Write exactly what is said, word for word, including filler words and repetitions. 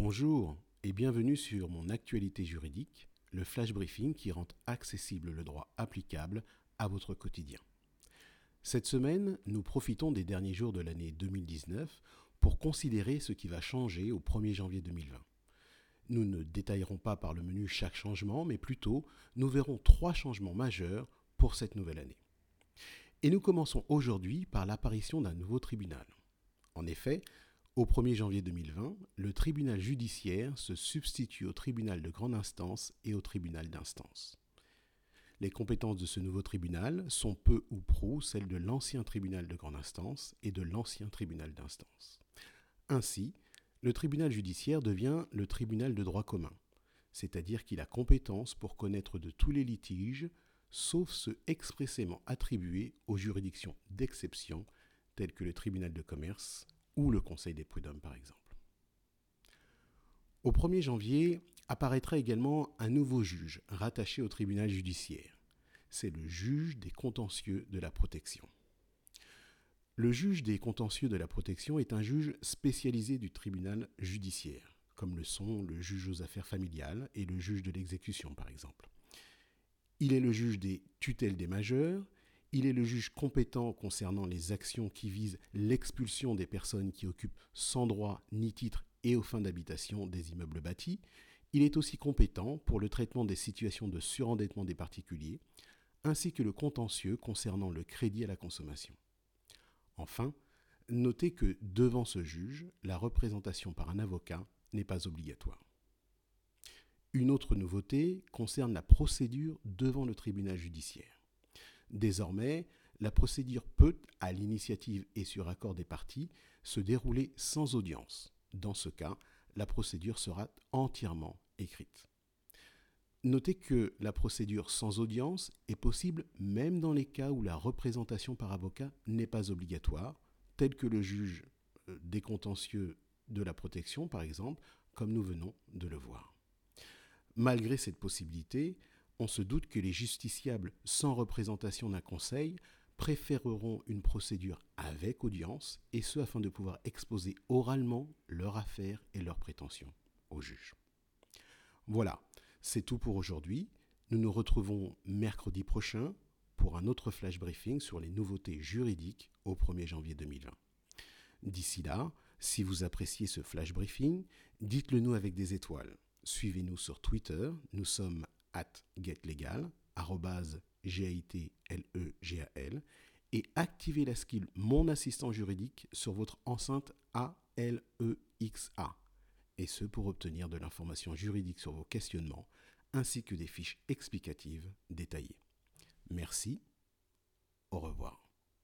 Bonjour et bienvenue sur mon actualité juridique, le flash briefing qui rend accessible le droit applicable à votre quotidien. Cette semaine, nous profitons des derniers jours de l'année deux mille dix-neuf pour considérer ce qui va changer au premier janvier deux mille vingt. Nous ne détaillerons pas par le menu chaque changement, mais plutôt nous verrons trois changements majeurs pour cette nouvelle année. Et nous commençons aujourd'hui par l'apparition d'un nouveau tribunal. En effet, au premier janvier deux mille vingt, le tribunal judiciaire se substitue au tribunal de grande instance et au tribunal d'instance. Les compétences de ce nouveau tribunal sont peu ou prou celles de l'ancien tribunal de grande instance et de l'ancien tribunal d'instance. Ainsi, le tribunal judiciaire devient le tribunal de droit commun, c'est-à-dire qu'il a compétence pour connaître de tous les litiges, sauf ceux expressément attribués aux juridictions d'exception, telles que le tribunal de commerce ou le Conseil des prud'hommes par exemple. Au premier janvier, apparaîtra également un nouveau juge rattaché au tribunal judiciaire. C'est le juge des contentieux de la protection. Le juge des contentieux de la protection est un juge spécialisé du tribunal judiciaire, comme le sont le juge aux affaires familiales et le juge de l'exécution par exemple. Il est le juge des tutelles des majeurs. Il est le juge compétent concernant les actions qui visent l'expulsion des personnes qui occupent sans droit ni titre et aux fins d'habitation des immeubles bâtis. Il est aussi compétent pour le traitement des situations de surendettement des particuliers, ainsi que le contentieux concernant le crédit à la consommation. Enfin, notez que devant ce juge, la représentation par un avocat n'est pas obligatoire. Une autre nouveauté concerne la procédure devant le tribunal judiciaire. Désormais, la procédure peut, à l'initiative et sur accord des parties, se dérouler sans audience. Dans ce cas, la procédure sera entièrement écrite. Notez que la procédure sans audience est possible même dans les cas où la représentation par avocat n'est pas obligatoire, tel que le juge des contentieux de la protection, par exemple, comme nous venons de le voir. Malgré cette possibilité, on se doute que les justiciables sans représentation d'un conseil préféreront une procédure avec audience, et ce afin de pouvoir exposer oralement leur affaire et leurs prétentions au juge. Voilà, c'est tout pour aujourd'hui. Nous nous retrouvons mercredi prochain pour un autre flash briefing sur les nouveautés juridiques au premier janvier deux mille vingt. D'ici là, si vous appréciez ce flash briefing, dites-le nous avec des étoiles. Suivez-nous sur Twitter, nous sommes at getlegal, arrobase G A I T L E G A L, et activez la skill Mon assistant juridique sur votre enceinte A L E X A, et ce pour obtenir de l'information juridique sur vos questionnements, ainsi que des fiches explicatives détaillées. Merci, au revoir.